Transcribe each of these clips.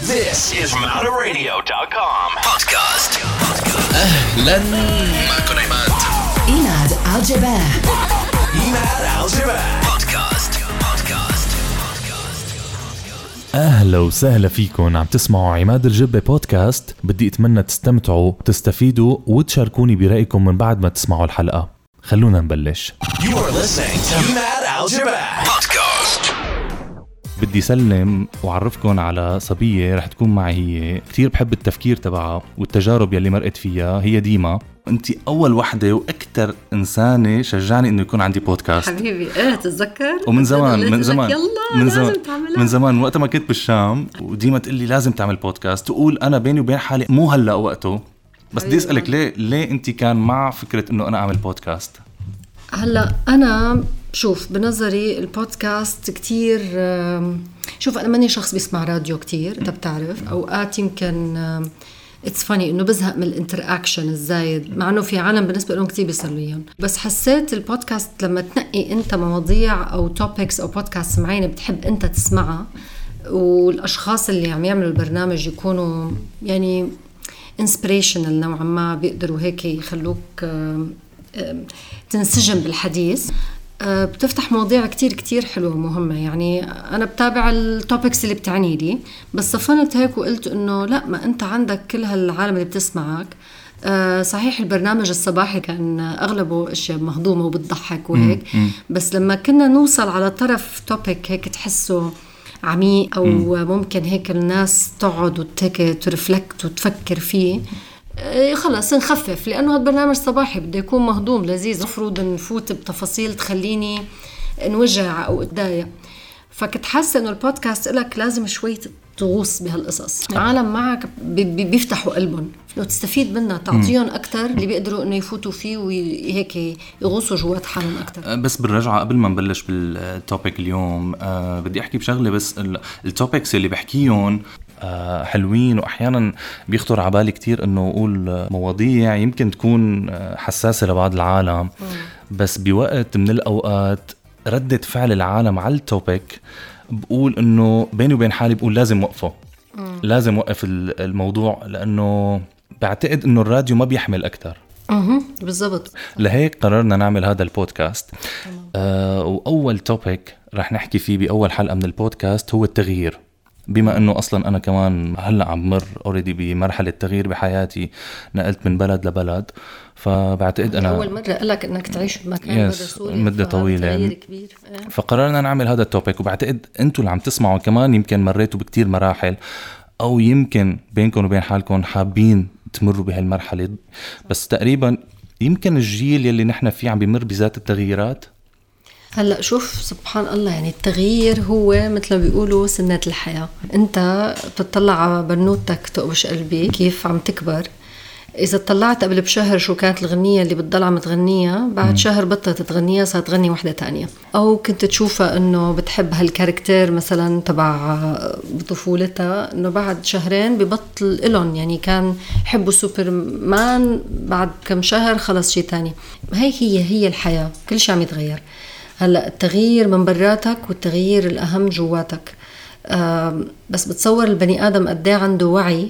This is MountainRadio.com podcast. أهلا معكم إيماد الجباه بودكاست. أهلا وسهلا فيكم. عم تسمعوا عماد الجبة بودكاست. بدي أتمنى تستمتعوا تستفيدوا وتشاركوني برأيكم من بعد ما تسمعوا الحلقة. خلونا نبلش. You are listening to Imad Al-Jabbar podcast. بدي سلم وعرفكم على صبية رح تكون معي. هي كتير بحب التفكير تبعها والتجارب يلي مرقت فيها. هي ديما. انتي أول وحدة وأكتر إنسانة شجعني إنه يكون عندي بودكاست. حبيبي تتذكر؟ ومن زمان من زمان وقت ما كنت بالشام وديما تقول لي لازم تعمل بودكاست. تقول أنا بيني وبين حالي مو هلأ وقته. بس بدي أسألك ليه أنتي كان مع فكرة إنه أنا أعمل بودكاست؟ هلا أنا شوف بنظري البودكاست كتير. شوف أنا ماني شخص بيسمع راديو كتير. أنت بتعرف أوقات يمكن it's funny إنه بزهق من الانتراكشن الزايد، مع إنه في عالم بالنسبة لهم كتير بيسلويهم. بس حسيت البودكاست لما تنقي أنت مواضيع أو توبكس أو بودكاست معينة بتحب أنت تسمعها، والأشخاص اللي عم يعملوا البرنامج يكونوا يعني inspirational نوعا ما، بيقدروا هيك يخلوك تنسجم بالحديث. بتفتح مواضيع كتير كتير حلوة ومهمة. يعني أنا بتابع التوبكس اللي بتعني لي، بس صفنت هيك وقلت إنه لا، ما أنت عندك كل هالعالم اللي بتسمعك. صحيح البرنامج الصباحي كان أغلبه أشياء مهضومة وبتضحك وهيك، بس لما كنا نوصل على طرف توبك هيك تحسه عميق أو ممكن هيك الناس تقعد وترفلكت وتفكر فيه، خلاص نخفف. لأنه هذا برنامج صباحي بده يكون مهضوم لذيذ، مفروض نفوت بتفاصيل تخليني نوجع أو أتضايق. فكنت حاسة إنه البودكاست لك لازم شوي تغوص بهالقصص. العالم معك بيفتحوا قلبهم إنه تستفيد منها، تعطيهم أكتر اللي بيقدروا إنه يفوتوا فيه وهيك يغوصوا جوات حالهم أكتر. بس بالرجعة قبل ما نبلش بالتوبيك اليوم، بدي أحكي بشغلة. بس التوبيكس اللي بحكيهم حلوين، وأحيانا بيخطر على بالي كتير إنه أقول مواضيع يمكن تكون حساسة لبعض العالم، بس بوقت من الأوقات ردة فعل العالم على التوبيك بقول إنه بيني وبين حالي بقول لازم وقفه، لازم وقف الموضوع، لأنه بعتقد إنه الراديو ما بيحمل أكتر. بالضبط. لهيك قررنا نعمل هذا البودكاست. وأول توبيك رح نحكي فيه بأول حلقة من البودكاست هو التغيير. بما أنه أصلا أنا كمان هلأ عم مر أوريدي بمرحلة تغيير بحياتي، نقلت من بلد لبلد، فبعتقد أنا أول مرة قلك أنك تعيش بمكان مدة طويلة، فقررنا نعمل هذا التوبيك. وبعتقد أنتوا اللي عم تسمعوا كمان يمكن مريتوا بكتير مراحل، أو يمكن بينكم وبين حالكم حابين تمروا بهالمرحلة، بس تقريبا يمكن الجيل يلي نحن فيه عم بيمر بذات التغييرات. هلأ شوف سبحان الله، يعني التغيير هو مثل ما بيقولوا سنة الحياة. انت بتطلع على بنوتك تقبش قلبي كيف عم تكبر. إذا طلعت قبل بشهر شو كانت الغنية اللي بتضل عم تغنيها، بعد شهر بطلت تغنيها صارت تغني واحدة تانية. أو كنت تشوفها إنه بتحب هالكاركتير مثلا تبع بطفولتها، إنه بعد شهرين ببطل إلون. يعني كان يحبوا سوبرمان، بعد كم شهر خلص شيء تاني. هي الحياة، كل شيء عم يتغير. هلأ التغيير من براتك والتغيير الأهم جواتك. بس بتصور البني آدم قد ايه عنده وعي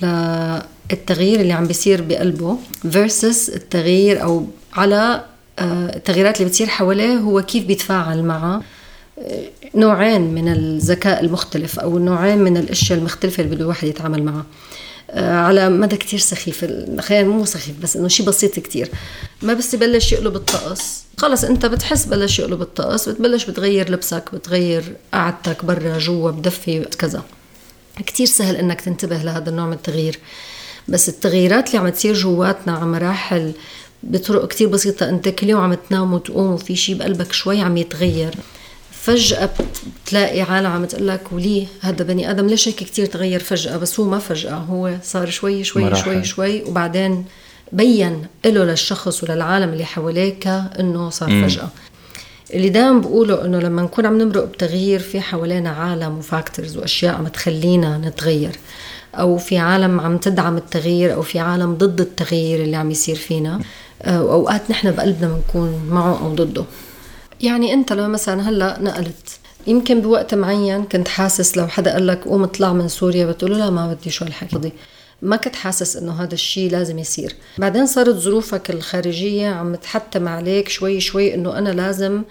للتغيير اللي عم بيصير بقلبه versus التغيير أو على التغييرات اللي بتصير حواليه، هو كيف بيتفاعل مع نوعين من الذكاء المختلف أو نوعين من الأشياء المختلفة اللي بده الواحد يتعامل معها على مدى كتير سخيف. خلينا مو سخيف، بس انه شيء بسيط كتير. ما بس يبلش يقلب الطقس، خلص انت بتحس بلش يقلب الطقس، بتبلش بتغير لبسك، بتغير قعدتك برا جوا بدفي كذا. كتير سهل انك تنتبه لهذا النوع من التغيير. بس التغييرات اللي عم تصير جواتنا على مراحل بطرق كتير بسيطة. انت كل يوم عم تنام وتقوم وفي شيء بقلبك شوي عم يتغير، فجأة بتلاقي عالم عم تقلك وليه هذا بني آدم ليش هيك كتير تغير فجأة. بس هو ما فجأة، هو صار شوي شوي شوي شوي، وبعدين بين له للشخص وللعالم اللي حواليك انه صار فجأة. اللي دائما بقوله انه لما نكون عم نمرق بتغيير، في حوالينا عالم وفاكتورز واشياء عم تخلينا نتغير، او في عالم عم تدعم التغيير، او في عالم ضد التغيير اللي عم يصير فينا، واوقات نحن بقلبنا بنكون معه او ضده. يعني انت لما مثلا هلا نقلت يمكن بوقت معين كنت حاسس لو حدا قال لك قوم اطلع من سوريا بتقوله لا ما بدي شو الحكي دي، ما كنت حاسس انه هذا الشيء لازم يصير. بعدين صارت ظروفك الخارجية عم تحتم عليك شوي شوي انه انا لازم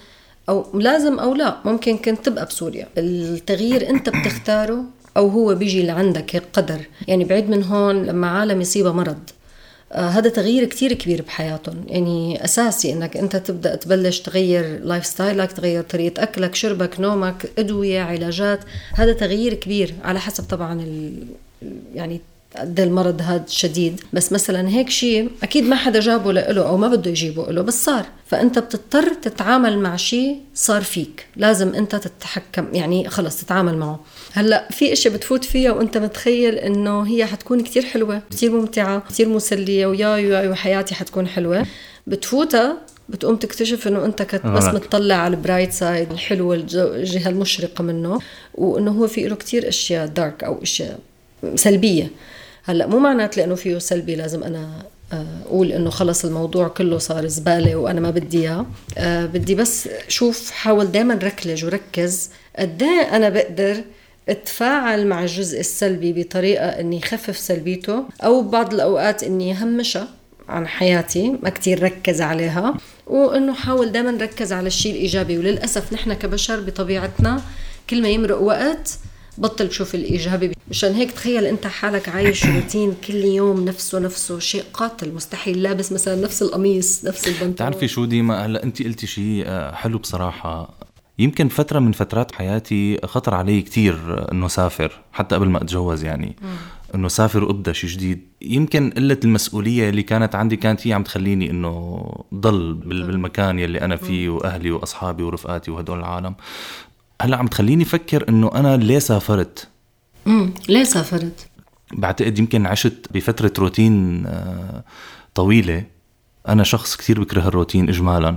او لا، ممكن كنت تبقى بسوريا. التغيير انت بتختاره او هو بيجي لعندك هيك قدر. يعني بعيد من هون لما عالم يصيبه مرض، هذا تغيير كتير كبير بحياتهم. يعني أساسي إنك أنت تبدأ تبلش تغير لايف ستايلك، تغير طريقة أكلك، شربك، نومك، أدوية، علاجات. هذا تغيير كبير على حسب طبعا يعني قد المرض هذا شديد. بس مثلا هيك شيء أكيد ما حدا جابه له أو ما بده يجيبه له، بس صار. فأنت بتضطر تتعامل مع شيء صار فيك، لازم أنت تتحكم، يعني خلص تتعامل معه. هلأ في اشياء بتفوت فيها وانت متخيل انه هي حتكون كتير حلوة، كتير ممتعة، كتير مسلية، ويا وحياتي حتكون حلوة. بتفوتها بتقوم تكتشف انه انت كنت بس متطلع على البرايت سايد، الحلوة، الجهة المشرقة منه، وانه هو فيه له كتير اشياء دارك او اشياء سلبية. هلأ مو معنات لانه فيه سلبي لازم انا اقول انه خلص الموضوع كله صار زبالة وانا ما بدي اياه. بدي بس شوف، حاول دايما ركلج وركز قد ايه انا بقدر اتفاعل مع الجزء السلبي بطريقة اني يخفف سلبيته، او بعض الاوقات اني همشها عن حياتي، ما كتير ركز عليها، وانه حاول دايما ركز على الشيء الايجابي. وللأسف نحن كبشر بطبيعتنا كل ما يمرق وقت بطل بشوف الإيجابي. مشان هيك تخيل أنت حالك عايش روتين كل يوم نفسه شيء قاتل، مستحيل لابس مثلا نفس القميص نفس البنطلون. تعرفي شو ديما، هلا أنت قلتي شيء حلو بصراحة. يمكن فترة من فترات حياتي خطر علي كتير أنه سافر، حتى قبل ما أتجوز، يعني أنه سافر وأبدأ شيء جديد. يمكن قلة المسؤولية اللي كانت عندي كانت هي عم تخليني أنه ضل بالمكان يلي أنا فيه، وأهلي وأصحابي ورفقاتي وهدول العالم. هلا عم تخليني أفكر إنه أنا ليه سافرت. ليه سافرت؟ بعتقد يمكن عشت بفترة روتين طويلة. أنا شخص كتير بكره الروتين إجمالا،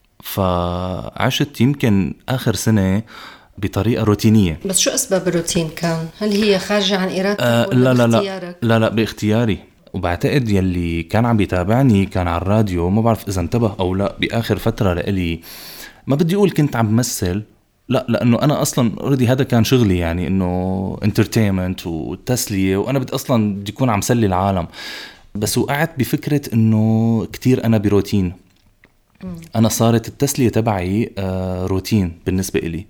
فعشت يمكن آخر سنة بطريقة روتينية. بس شو أسباب الروتين كان؟ هل هي خارجة عن إرادتك ولا باختيارك؟ لا باختياري. وبعتقد يلي كان عم بيتابعني كان على الراديو، ما بعرف إذا انتبه أو لا، بآخر فترة لإلي ما بدي أقول كنت عم بمثل، لا، لأنه أنا أصلاً أوريدي هذا كان شغلي، يعني إنه انترتينمنت والتسلية، وأنا بدي أصلاً بدي أكون عم سلي العالم. بس وقعت بفكرة إنه كتير أنا بروتين. أنا صارت التسلية تبعي روتين بالنسبة إلي.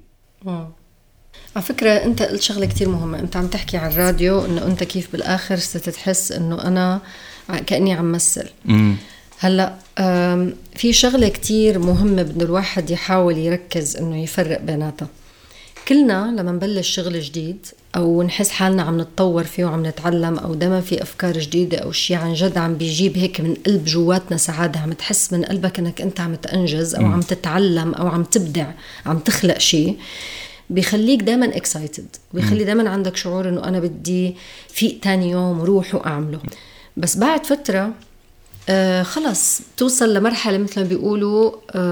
على فكرة أنت قلت شغلة كتير مهمة. أنت عم تحكي عن الراديو إنه أنت كيف بالآخر ستتحس إنه أنا كأني عم مثل. هلأ في شغلة كتير مهمة بدنا الواحد يحاول يركز إنه يفرق بيناتها. كلنا لما نبلش شغل جديد أو نحس حالنا عم نتطور فيه وعم نتعلم، أو دايما في أفكار جديدة أو شيء عن جد عم بيجيب هيك من قلب جواتنا سعادة، عم تحس من قلبك إنك أنت عم تنجز أو عم تتعلم أو عم تبدع، عم تخلق شيء، بيخليك دايما excited، بيخلي دايما عندك شعور إنه أنا بدي فيق تاني يوم وروح وأعمله. بس بعد فترة خلص توصل لمرحلة مثل ما بيقولوا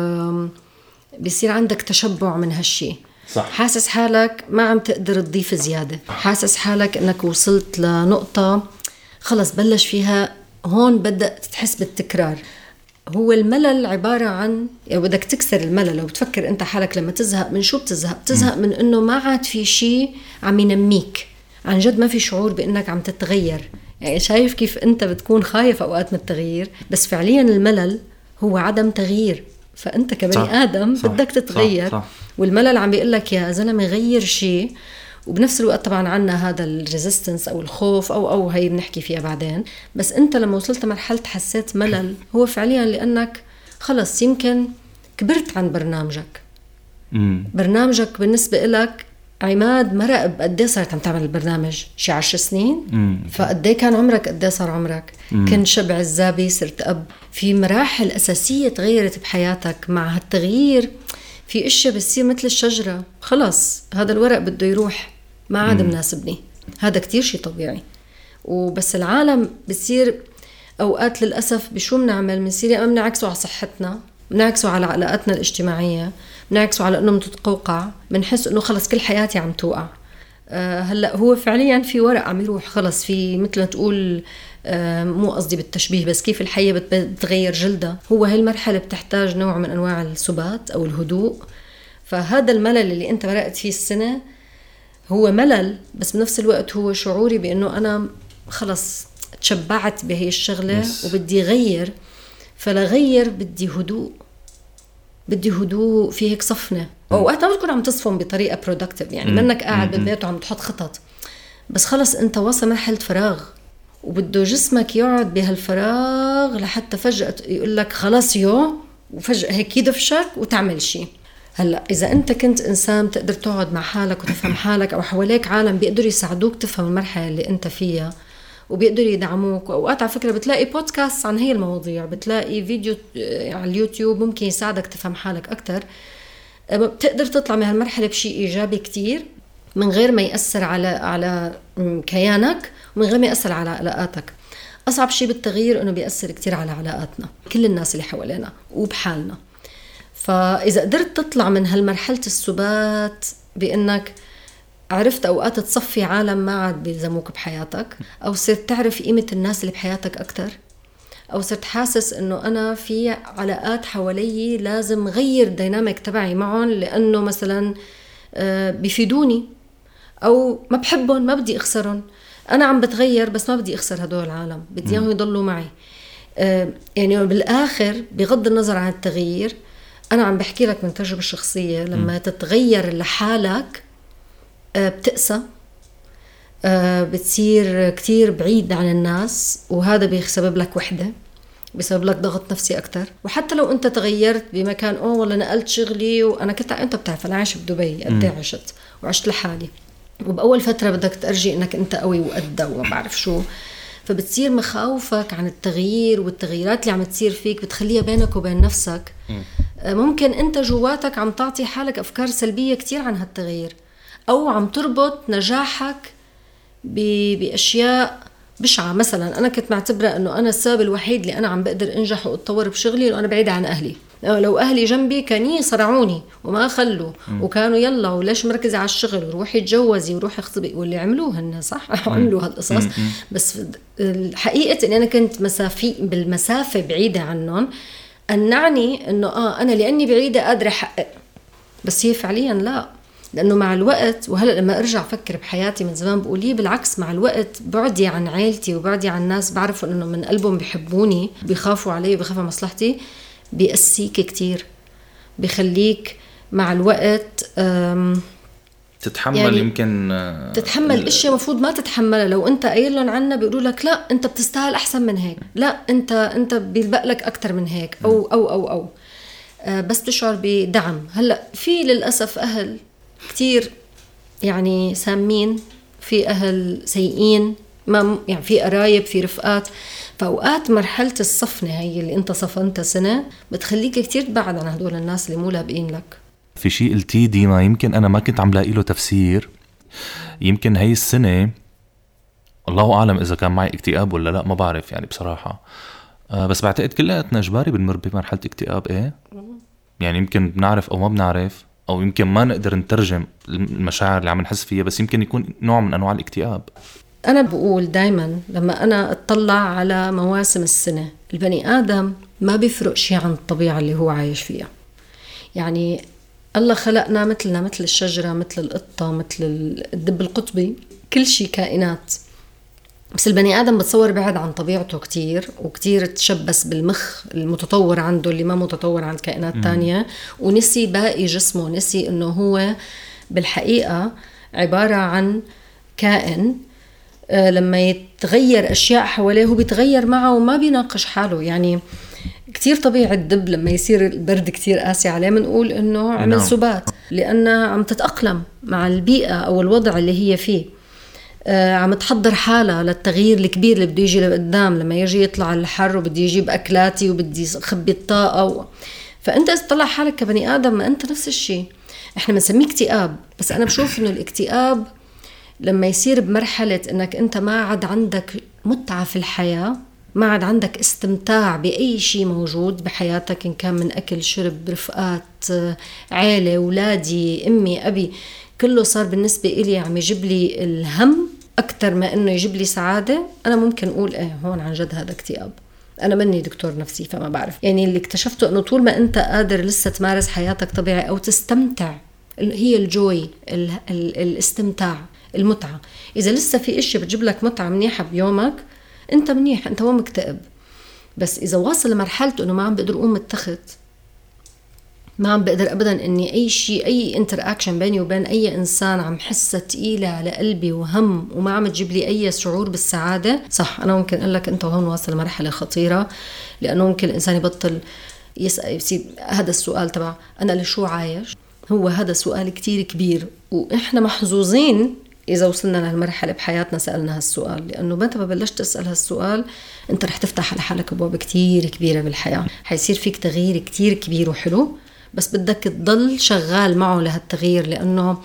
بيصير عندك تشبع من هالشي. صح. حاسس حالك ما عم تقدر تضيف زيادة، حاسس حالك انك وصلت لنقطة خلص بلش فيها هون بدأت تحس بالتكرار. هو الملل عبارة عن، يعني بدك تكسر الملل. لو بتفكر انت حالك لما تزهق من شو بتزهق من انه ما عاد في شي عم ينميك عن جد، ما في شعور بانك عم تتغير. يعني شايف كيف أنت بتكون خايف أوقات من التغيير، بس فعليا الملل هو عدم تغيير. فأنت كبني آدم بدك تتغير. صح. والملل عم بيقلك يا زلمة غير شيء. وبنفس الوقت طبعا عنا هذا الريزيستنس أو الخوف أو هاي بنحكي فيها بعدين. بس أنت لما وصلت مرحلة حسيت ملل، هو فعليا لأنك خلص يمكن كبرت عن برنامجك. برنامجك بالنسبة إلك عماد مرق بقديه صارت عم تعمل البرنامج؟ شي 10 سنين. فقديه كان عمرك؟ قديه صار عمرك؟ كنت شبع الزابي، صرت أب. في مراحل أساسية تغيرت بحياتك. مع هالتغيير في اشياء بتصير مثل الشجرة، خلاص هذا الورق بده يروح، ما عاد مناسبني. هذا كتير شي طبيعي. وبس العالم بتصير أوقات للأسف بشو بنعمل؟ بنصير يا أما نعكسوا على صحتنا، بنعكسوا على علاقاتنا الاجتماعية، بنعكسوا على أنه متتقوقع، بنحس أنه خلص كل حياتي عم توقع. هلأ هو فعليا في ورق عم يروح، خلص في مثل ما تقول، مو قصدي بالتشبيه، بس كيف الحية بتغير جلدها. هو هاي المرحلة بتحتاج نوع من أنواع السبات أو الهدوء، فهذا الملل اللي انت مرقت فيه السنة هو ملل، بس بنفس الوقت هو شعوري بأنه أنا خلص تشبعت بهي الشغلة وبدي غير. فلغير بدي هدوء في هيك صفنة. أوقات ما بتكون عم تصفن بطريقة productive، يعني منك قاعد بالبيت وعم تحط خطط، بس خلص انت واصل مرحلة فراغ وبده جسمك يقعد بهالفراغ لحتى فجأة يقول لك خلاص وفجأة هيك يدفشك وتعمل شيء. هلأ إذا أنت كنت إنسان تقدر تقعد مع حالك وتفهم حالك، أو حواليك عالم بيقدروا يساعدوك تفهم المرحلة اللي أنت فيها وبيقدروا يدعموك، وأوقات على فكرة بتلاقي بودكاست عن هي المواضيع، بتلاقي فيديو على اليوتيوب ممكن يساعدك تفهم حالك أكتر. بتقدر تطلع من هالمرحلة بشيء إيجابي كتير من غير ما يأثر على كيانك ومن غير ما يأثر على علاقاتك. أصعب شيء بالتغيير أنه بيأثر كتير على علاقاتنا، كل الناس اللي حوالينا وبحالنا. فإذا قدرت تطلع من هالمرحلة السبات بأنك عرفت أوقات تصفي عالم ما عاد بيلزموك بحياتك، أو صرت تعرف قيمة الناس اللي بحياتك أكتر، أو صرت حاسس أنه أنا في علاقات حوالي لازم غير ديناميك تبعي معهم لأنه مثلا بيفيدوني، أو ما بحبهم ما بدي أخسرهم، أنا عم بتغير بس ما بدي أخسر هدول العالم، بدي إياهم يضلوا معي. يعني بالآخر بغض النظر عن التغيير، أنا عم بحكي لك من تجربة شخصية، لما تتغير لحالك بتقسى، بتصير كتير بعيد عن الناس، وهذا بيسبب لك وحدة، بيسبب لك ضغط نفسي أكتر. وحتى لو أنت تغيرت بمكان والله نقلت شغلي، وأنا كنت أنت بتعرف أنا عايشة بدبي قد عشت وعشت لحالي، وبأول فترة بدك تأرجي إنك أنت قوي وقدة وما بعرف شو، فبتصير مخاوفك عن التغيير والتغييرات اللي عم تصير فيك بتخليها بينك وبين نفسك. ممكن أنت جواتك عم تعطي حالك أفكار سلبية كتير عن هالتغيير، أو عم تربط نجاحك بأشياء بشعة. مثلا أنا كنت معتبرة أنه أنا السبب الوحيد اللي أنا عم بقدر أنجح وأتطور بشغلي لأنه أنا بعيدة عن أهلي. لو أهلي جنبي كانوا يصرعوني وما خلوا، وكانوا يلا وليش مركزة على الشغل وروحي تجوزي وروحي اخطبي، واللي عملوه هن صح عملوا هالقصص. بس الحقيقة أني أنا كنت بالمسافة بعيدة عنهم، أنعني أنه أنا لأني بعيدة قادرة أحقق، بس هي فعليا لا. لأنه مع الوقت، وهلأ لما أرجع أفكر بحياتي من زمان بقول لي بالعكس، مع الوقت بعدي عن عائلتي وبعدي عن الناس بعرفوا أنه من قلبهم بيحبوني بيخافوا علي وبيخافوا مصلحتي، بيأسيك كتير، بيخليك مع الوقت تتحمل يعني يمكن تتحمل اشياء مفروض ما تتحملها. لو انت قايل لهم عنا بيقولوا لك لا انت بتستاهل احسن من هيك، لا انت بيلبق لك اكتر من هيك، او بس تشعر بدعم. هلا في للاسف اهل كتير يعني سامين، في اهل سيئين، ما يعني في قرايب، في رفقات. فأوقات مرحلة الصفنة هي اللي انت صفنتها سنة بتخليك كتير تبعد عن هدول الناس اللي مو لابقين لك. في شيء قلتيه ديما يمكن أنا ما كنت عم لاقي له تفسير. يمكن هاي السنة الله أعلم إذا كان معي اكتئاب ولا لا، ما بعرف يعني بصراحة. بس بعتقد كلنا إجباري بنمر بمرحلة اكتئاب. يعني يمكن بنعرف أو ما بنعرف، أو يمكن ما نقدر نترجم المشاعر اللي عم نحس فيها، بس يمكن يكون نوع من أنواع الاكتئاب. أنا بقول دايما لما أنا أطلع على مواسم السنة، البني آدم ما بيفرق شيء عن الطبيعة اللي هو عايش فيها. يعني الله خلقنا مثلنا، مثل الشجرة، مثل القطة، مثل الدب القطبي، كل شيء كائنات. بس البني آدم بتصور بعد عن طبيعته كتير، وكتير تشبس بالمخ المتطور عنده اللي ما متطور عن الكائنات التانية، ونسي باقي جسمه، نسي إنه هو بالحقيقة عبارة عن كائن لما يتغير أشياء حواليه هو بيتغير معه وما بيناقش حاله. يعني كتير طبيعي الدب لما يصير البرد كتير قاسي عليه منقول إنه عمل سبات، لأنها عم تتأقلم مع البيئة أو الوضع اللي هي فيه، عم تحضر حالها للتغيير الكبير اللي بده يجي لقدام، لما يجي يطلع الحر وبدي يجيب أكلاتي وبدي أخبي الطاقة فأنت تطلع حالك كبني آدم ما أنت نفس الشيء. إحنا بنسميه اكتئاب، بس أنا بشوف إنه الاكتئاب لما يصير بمرحلة إنك أنت ما عاد عندك متعة في الحياة، ما عاد عندك استمتاع بأي شيء موجود بحياتك، إن كان من أكل شرب رفقات عائلة أولادي أمي أبي، كله صار بالنسبة إلي عم يجيب لي الهم أكتر ما إنه يجيب لي سعادة. أنا ممكن أقول هون عن جد هذا اكتئاب. أنا مني دكتور نفسي فما بعرف. يعني اللي اكتشفته أنه طول ما أنت قادر لسه تمارس حياتك طبيعي أو تستمتع، هي الجوي، الاستمتاع، المتعة. إذا لسه في إشي بتجيب لك متعة منيحة بيومك أنت منيح، أنت مو مكتئب. بس إذا واصل لمرحلة أنه ما عم بقدر أقوم متخذ، ما عم بقدر أبدا أني أي شيء، أي انتراكشن بيني وبين أي إنسان عم حسها تقيلة على قلبي وهم وما عم تجيب لي أي شعور بالسعادة، صح أنا ممكن أقول لك أنت هون واصل لمرحلة خطيرة. لأنه ممكن الإنسان يبطل يسأل هذا السؤال تبع أنا لشو عايش. هو هذا سؤال كتير كبير، وإحنا محظوظين إذا وصلنا لهالمرحلة بحياتنا سألنا هالسؤال. لأنه متى ببلشت تسأل هالسؤال أنت رح تفتح على حالك أبواب كتير كبيرة بالحياة، حيصير فيك تغيير كتير كبير وحلو، بس بدك تضل شغال معه لهالتغيير. لأنه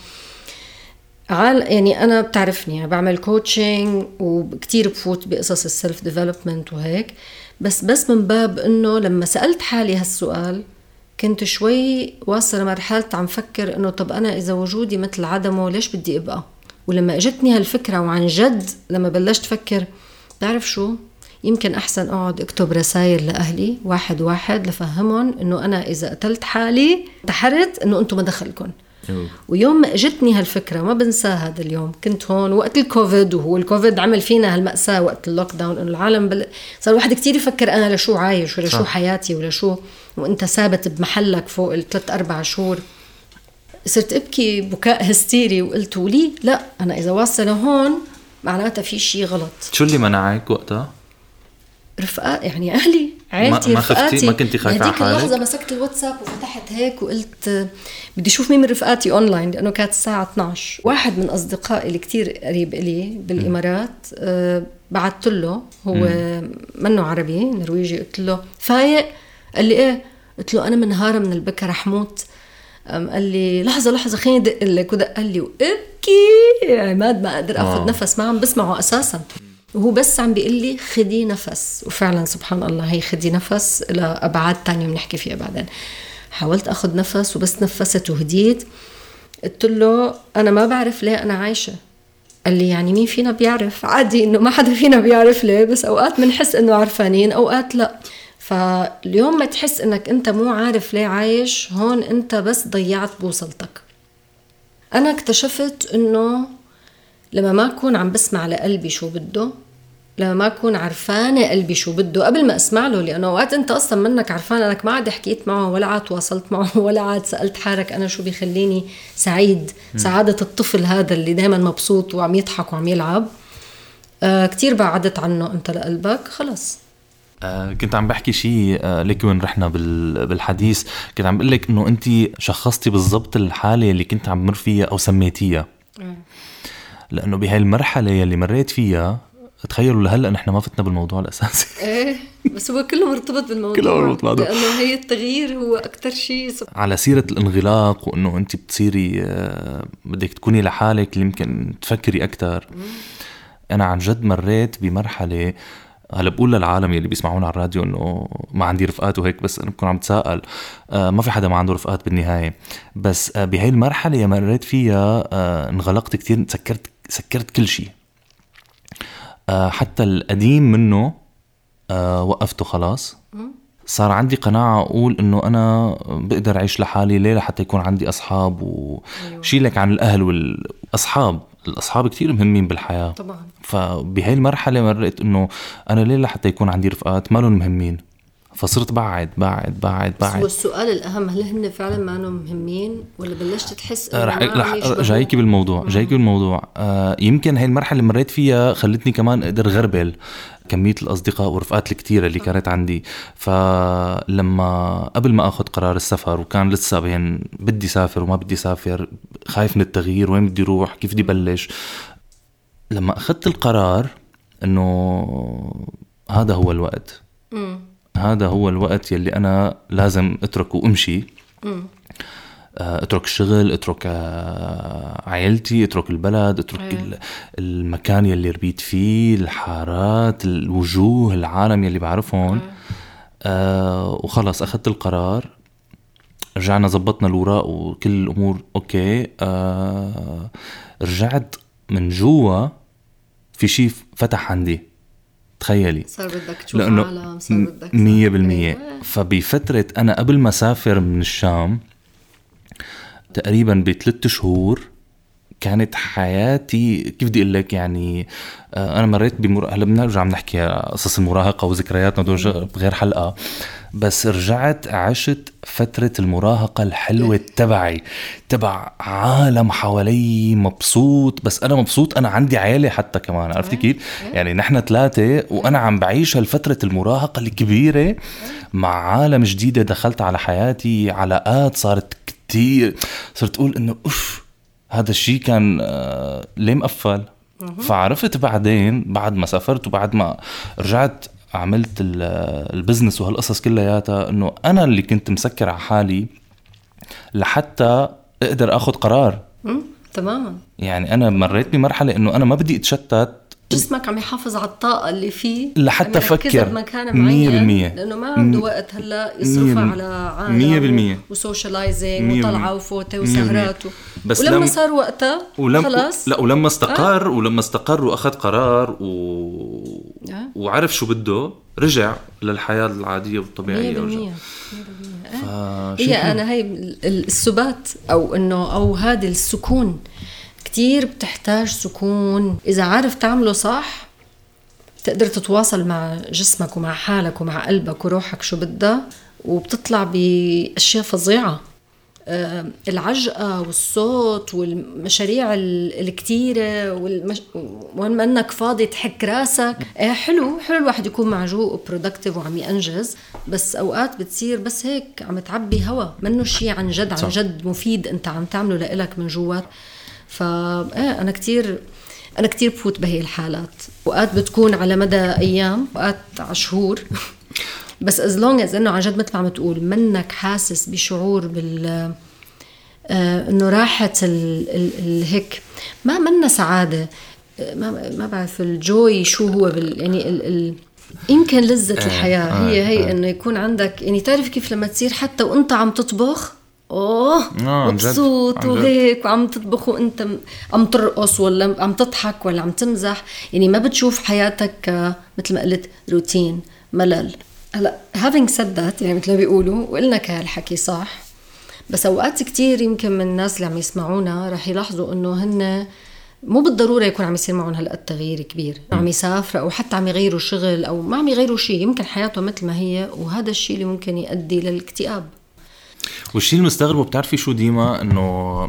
يعني أنا بتعرفني بعمل كوتشنج وكتير بفوت بقصص السلف ديفلوبمنت وهيك، بس من باب أنه لما سألت حالي هالسؤال كنت شوي واصل مرحلة عم فكر أنه طب أنا إذا وجودي مثل عدمه ليش بدي أبقى. ولما اجتني هالفكرة وعن جد لما بلشت فكر تعرف شو، يمكن أحسن أقعد أكتب رسائل لأهلي واحد واحد لفهمهم أنه أنا إذا قتلت حالي انتحرت أنه أنتم ما دخلكم. ويوم ما اجتني هالفكرة ما بنسى هذا اليوم، كنت هون وقت الكوفيد، وهو الكوفيد عمل فينا هالمأساة وقت اللوك داون، أنه العالم صار واحد كتير يفكر أنا لشو عايش ولا شو حياتي ولا شو، وأنت ثابت بمحلك فوق 3-4 شهور. صرت أبكي بكاء هستيري وقلت لي لا، أنا إذا واصلة هون معناتها في شيء غلط. شو اللي منعك وقتها؟ رفقات، يعني أهلي، عائلتي، رفقاتي. ما كنتي خايفة على حالك؟ اللحظة مسكت الواتساب وفتحت هيك وقلت بدي شوف مين من رفقاتي أونلاين، لأنه كانت الساعة 12. واحد من أصدقائي اللي كتير قريب إلي بالإمارات بعثت له، هو منه عربي نرويجي، قلت له فايق؟ قال لي إيه؟ قلت له أنا منهارة من البكا رح موت. قال لي لحظة خليني دق لك، ودق قال لي وابكي عماد ما أقدر أخذ نفس، ما عم بسمعه أساسا، وهو بس عم بيقول لي خدي نفس. وفعلا سبحان الله هي خدي نفس لأبعاد تانية بنحكي فيها بعدين. حاولت أخذ نفس وبس نفست وهديت. قلت له أنا ما بعرف ليه أنا عايشة. قال لي يعني مين فينا بيعرف؟ عادي إنه ما حدا فينا بيعرف ليه، بس أوقات منحس إنه عرفانين أوقات لا. فاليوم ما تحس إنك أنت مو عارف ليه عايش، هون أنت بس ضيعت بوصلتك. أنا اكتشفت إنه لما ما أكون عم بسمع لقلبي شو بده، لما ما أكون عرفانة قلبي شو بده قبل ما أسمع له، لأنه أوقات أنت أصلا منك عرفانة، أنك ما عاد حكيت معه ولا عاد تواصلت معه ولا عاد سألت حالك أنا شو بيخليني سعيد، سعادة الطفل هذا اللي دايما مبسوط وعم يضحك وعم يلعب. كتير بعدت عنه أنت لقلبك خلص. كنت عم بحكي شيء لك وين رحنا بالحديث، كنت عم بقول لك إنه أنت شخصتي بالضبط الحالة اللي كنت عم مر فيها أو سميتيها. لأنه بهاي المرحلة اللي مريت فيها، تخيلوا لهلأ نحن ما فتنا بالموضوع الأساسي. إيه بس هو كله مرتبط بالموضوع، كله مرتبط بعضه، لأنه هي التغيير هو أكتر شيء. على سيرة الانغلاق وإنه أنت بتصيري بدك تكوني لحالك اللي يمكن تفكري أكتر. أنا عن جد مريت بمرحلة، هلا بقول للعالم يلي بيسمعونا على الراديو إنه ما عندي رفقات وهيك، بس أنا بكون عم تساءل، ما في حدا ما عنده رفقات بالنهاية. بس بهاي المرحلة اللي مريت فيها انغلقت كتير، سكرت كل شيء، حتى القديم منه وقفته خلاص. صار عندي قناعة أقول إنه أنا بقدر أعيش لحالي. ليه؟ لحتى يكون عندي أصحاب، وشيلك عن الأهل والأصحاب. الأصحاب كتير مهمين بالحياة طبعا. فبهاي المرحلة مرقت إنه أنا ليه لحتى يكون عندي رفقات ما لهم مهمين، فصرت بعد. هو السؤال الأهم، هل هن فعلا ما لهم مهمين ولا بلشت تحس إنه رح جايكي بالموضوع. يمكن هاي المرحلة اللي مريت فيها خلتني كمان أقدر غربل كمية الأصدقاء والرفقات الكتيرة اللي كانت عندي. فلما قبل ما أخذ قرار السفر، وكان لسه بين بدي سافر وما بدي سافر، خايف من التغيير، وين بدي روح، كيف بدي بلش، لما أخذت القرار إنه هذا هو الوقت، هذا هو الوقت يلي أنا لازم أترك وأمشي. اترك الشغل، اترك عائلتي، اترك البلد، اترك المكان يلي ربيت فيه، الحارات، الوجوه، العالم يلي بعرفهم. وخلص أخذت القرار. رجعنا زبطنا الوراق وكل الأمور أوكي. رجعت من جوا في شيء فتح عندي، تخيلي صار بدك تشوف عالم، صار بدك 100%. فبفترة أنا قبل ما سافر من الشام تقريبا ب3 شهور كانت حياتي كيف بدي اقول لك يعني انا مريت هلا بنرجع بنحكي قصص المراهقه وذكرياتنا دول بغير حلقه، بس رجعت عشت فتره المراهقه الحلوه تبع عالم حوالي مبسوط، بس انا مبسوط انا عندي عيله حتى كمان، عرفتي كيف يعني نحن 3 وانا عم بعيش هالفتره المراهقه الكبيره مع عالم جديده دخلت على حياتي، علاقات صارت كتير، صرت اقول انه هذا الشيء كان ليه مقفل. فعرفت بعدين بعد ما سافرت وبعد ما رجعت عملت البزنس وهالقصص كلياتها انه انا اللي كنت مسكر على حالي لحتى اقدر اخذ قرار. تماما. يعني انا مريت بمرحله انه انا ما بدي اتشتت، جسمك عم يحافظ على الطاقة اللي فيه لحتى أفكر بمكان معين 100%، لأنه ما عنده وقت هلا يصرفها على عالم وسوشيالايزينج وطلعة وفوتة وسهرات بس ولما صار وقتها خلاص لا ولما استقر ولما استقر وأخذ قرار وعرف شو بده رجع للحياة العادية والطبيعية 100%. هي أنا هاي السبات أو إنه أو هذا السكون كتير بتحتاج سكون. إذا عارف تعمله صح تقدر تتواصل مع جسمك ومع حالك ومع قلبك وروحك شو بدها، وبتطلع بأشياء فظيعة. العجقة والصوت والمشاريع الكتيرة وين ما أنك فاضي تحك راسك. حلو الواحد يكون معجوق وبرودكتيف وعم ينجز، بس أوقات بتصير بس هيك عم تعبي هوا منه شيء عن جد مفيد أنت عم تعمله لإلك من جوات. أنا كتير بفوت بهي الحالات، وقات بتكون على مدى أيام وقات على شهور بس as long as إنه عن جد مثل ما عم تقول منك حاسس بشعور إنه راحة الهيك ما منا سعادة، ما بعرف الجوي شو هو يعني يمكن لذة الحياة هي إنه يكون عندك يعني تعرف كيف لما تصير حتى وأنت عم تطبخ مبسوط وهيك وعم تطبخ وانت عم ترقص ولا عم تضحك ولا عم تمزح، يعني ما بتشوف حياتك مثل ما قلت روتين ملل. هلا having said that يعني مثل ما بيقولوا وقلنا هالحكي صح، بس اوقات كتير يمكن من الناس اللي عم يسمعونا رح يلاحظوا انه هن مو بالضرورة يكون عم يصير معهم هالقد تغيير كبير، عم يسافروا أو حتى عم يغيروا شغل أو ما عم يغيروا شيء، يمكن حياتهم مثل ما هي، وهذا الشيء اللي ممكن يؤدي للاكتئاب. والشيء المستغرب بتعرفي شو ديما انه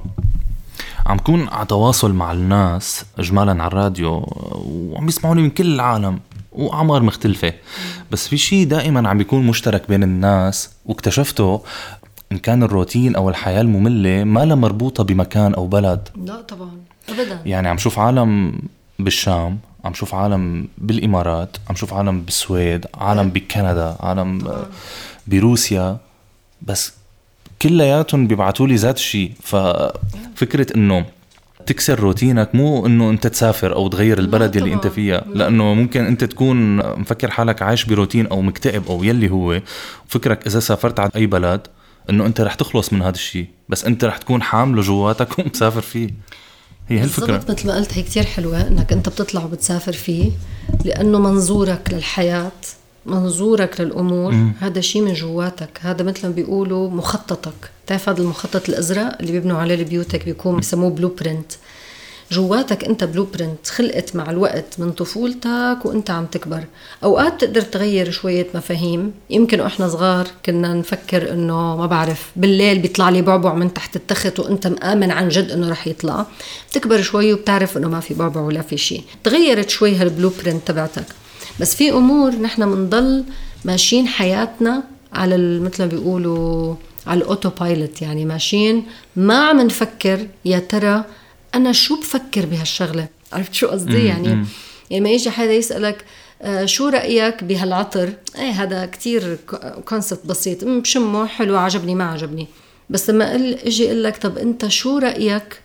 عم كون على تواصل مع الناس اجمالا على الراديو وعم يسمعوني من كل العالم واعمار مختلفه، بس في شيء دائما عم بيكون مشترك بين الناس واكتشفته ان كان الروتين او الحياه الممله ما لها مربوطه بمكان او بلد. لا طبعا ابدا. يعني عم شوف عالم بالشام، عم شوف عالم بالامارات، عم شوف عالم بالسويد، عالم بكندا، عالم بروسيا، بس كلياتهم بيبعتوا لي ذات الشيء. ففكرة انه تكسر روتينك مو انه انت تسافر او تغير البلد يلي انت فيها، لانه ممكن انت تكون مفكر حالك عايش بروتين او مكتئب او يلي هو، وفكرك اذا سافرت على اي بلد انه انت رح تخلص من هذا الشيء، بس انت رح تكون حامله جواتك ومسافر فيه. هي هالفكرة مثل ما قلت، هي كتير حلوة انك انت بتطلع وبتسافر فيه، لانه منظورك للحياة، منظورك للأمور هذا شيء من جواتك. هذا مثل ما بيقولوا مخططك. تعرف هذا المخطط الأزرق اللي بيبنوا عليه البيوتك بيكون بيسموه بلو برينت. جواتك أنت بلو برينت خلقت مع الوقت من طفولتك وأنت عم تكبر. أوقات تقدر تغير شوية مفاهيم. يمكن إحنا صغار كنا نفكر إنه ما بعرف بالليل بيطلع لي بعبع من تحت التخت وأنت مآمن عن جد إنه رح يطلع. بتكبر شوي وبتعرف إنه ما في بعبع ولا في شيء. تغيرت شوي هالبلو برينت تبعتك. بس في أمور نحن منضل ماشيين حياتنا على مثل ما بيقولوا على الأوتو بايلوت، يعني ماشيين ما عم نفكر يا ترى أنا شو بفكر بهالشغلة. عرفت شو قصدي؟ يعني ما يجي حدا يسألك شو رأيك بهالعطر، هذا كتير كونسبت بسيط، بشمه حلو عجبني ما عجبني. بس لما اجي اقول لك طب أنت شو رأيك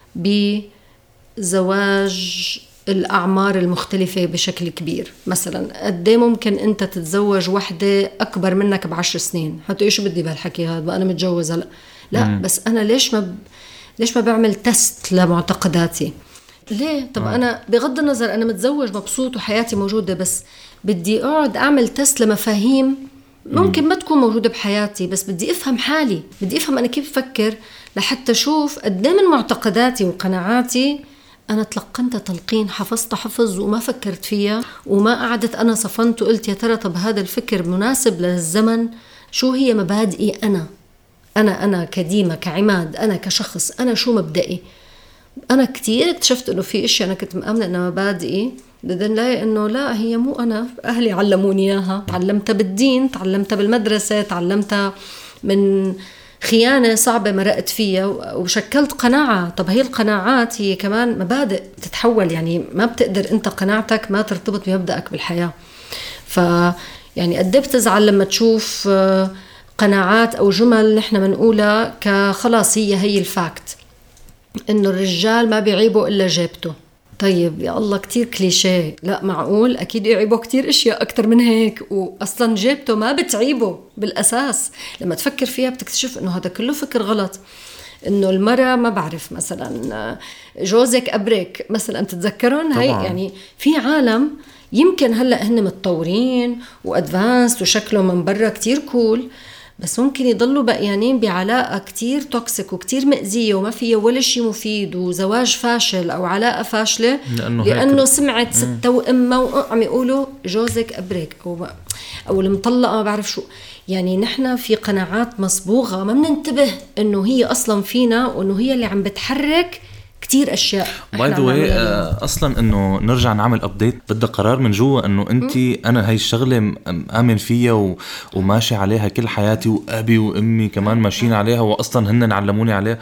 بزواج الأعمار المختلفة بشكل كبير؟ مثلا قد ايه ممكن أنت تتزوج وحدة أكبر منك ب10 سنين؟ حتى إيش بدي بهالحكي هذا بقى أنا متجوزة؟ لا بس أنا ليش ما بعمل تست لمعتقداتي؟ ليه؟ طب أنا بغض النظر أنا متزوج مبسوط وحياتي موجودة، بس بدي أقعد أعمل تست لمفاهيم ممكن ما تكون موجودة بحياتي، بس بدي أفهم حالي، بدي أفهم أنا كيف بفكر لحتى أشوف قد من معتقداتي وقناعاتي أنا تلقنت تلقين، حفظت حفظ وما فكرت فيها، وما قعدت أنا صفنت وقلت يا ترى طب هذا الفكر مناسب للزمن، شو هي مبادئي أنا كديمة كعماد، أنا كشخص، أنا شو مبدئي. أنا كتير اكتشفت إنه في إشياء أنا كنت مآمنة إنه مبادئي، بدنا نلاقي إنه لا، هي مو أنا، أهلي علموني إياها، تعلمتها بالدين، تعلمتها بالمدرسة، تعلمتها من خيانة صعبة مرقت فيها وشكلت قناعة. طب هي القناعات هي كمان مبادئ تتحول، يعني ما بتقدر أنت قناعتك ما ترتبط بمبدأك بالحياة. يعني قد بتزعل لما تشوف قناعات أو جمل نحن منقولها كخلاص هي الفاكت، إنه الرجال ما بيعيبوا إلا جيبته. طيب يا الله كتير كليشيه، لا معقول أكيد يعيبوا كتير إشياء أكتر من هيك، وأصلا جيبته ما بتعيبه بالأساس. لما تفكر فيها بتكتشف إنه هذا كله فكر غلط. إنه المرأة ما بعرف مثلا جوزك أبرك مثلا، تتذكرون هاي؟ يعني في عالم يمكن هلأ هن متطورين وأدفانس وشكلهم من برا كتير كول، بس ممكن يضلوا بقيانين بعلاقة كتير توكسيك وكتير مأزية وما فيها ولا شيء مفيد، وزواج فاشل أو علاقة فاشلة لأنه سمعت ستة وإمة وعم يقولوا جوزك أبرك أو المطلقة ما بعرف شو. يعني نحن في قناعات مصبوغة ما بننتبه إنه هي أصلا فينا، وإنه هي اللي عم بتحرك كتير أشياء. باي ذا واي أصلا إنه نرجع نعمل أبديت بدأ قرار من جوا إنه أنتي أنا هاي الشغلة آمن فيها وماشي عليها كل حياتي، وأبي وأمي كمان ماشيين عليها، وأصلا هن علموني عليها.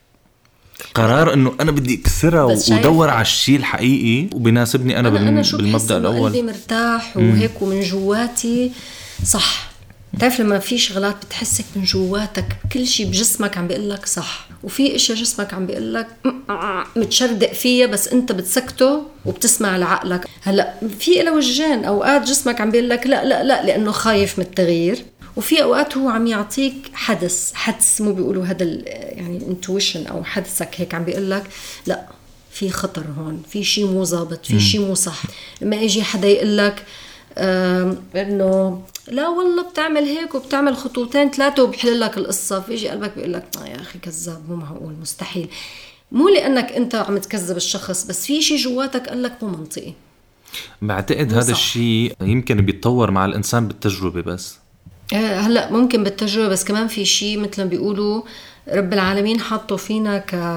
قرار إنه أنا بدي أكسرها ودور على الشيء الحقيقي وبيناسبني أنا بالمبدأ الأول. قلبي مرتاح وهيك ومن جواتي صح. تعرف لما في شغلات بتحسك من جواتك كل شيء بجسمك عم بيقلك صح، وفي اشياء جسمك عم بيقلك متشردق فيها، بس انت بتسكته وبتسمع لعقلك. هلا في له وجهين، اوقات جسمك عم بيقلك لا لا لا لانه خايف من التغيير، وفي اوقات هو عم يعطيك حدس مو بيقولوا هذا يعني انتويشن او حدسك هيك عم بيقلك لا في خطر هون، في شيء مو ظابط، في شيء مو صح. لما يجي حدا يقلك انه لا والله بتعمل هيك وبتعمل خطوتين ثلاثة وبحل لك القصة، فيجي قلبك بيقول لك يا أخي كذاب، مو معقول، مستحيل. مو لأنك أنت عم تكذب الشخص، بس في شيء جواتك قال لك مو منطقي. بعتقد هذا الشيء يمكن بيتطور مع الإنسان بالتجربة بس. هلأ ممكن بالتجربة، بس كمان في شيء مثل ما بيقولوا رب العالمين حاطه فينا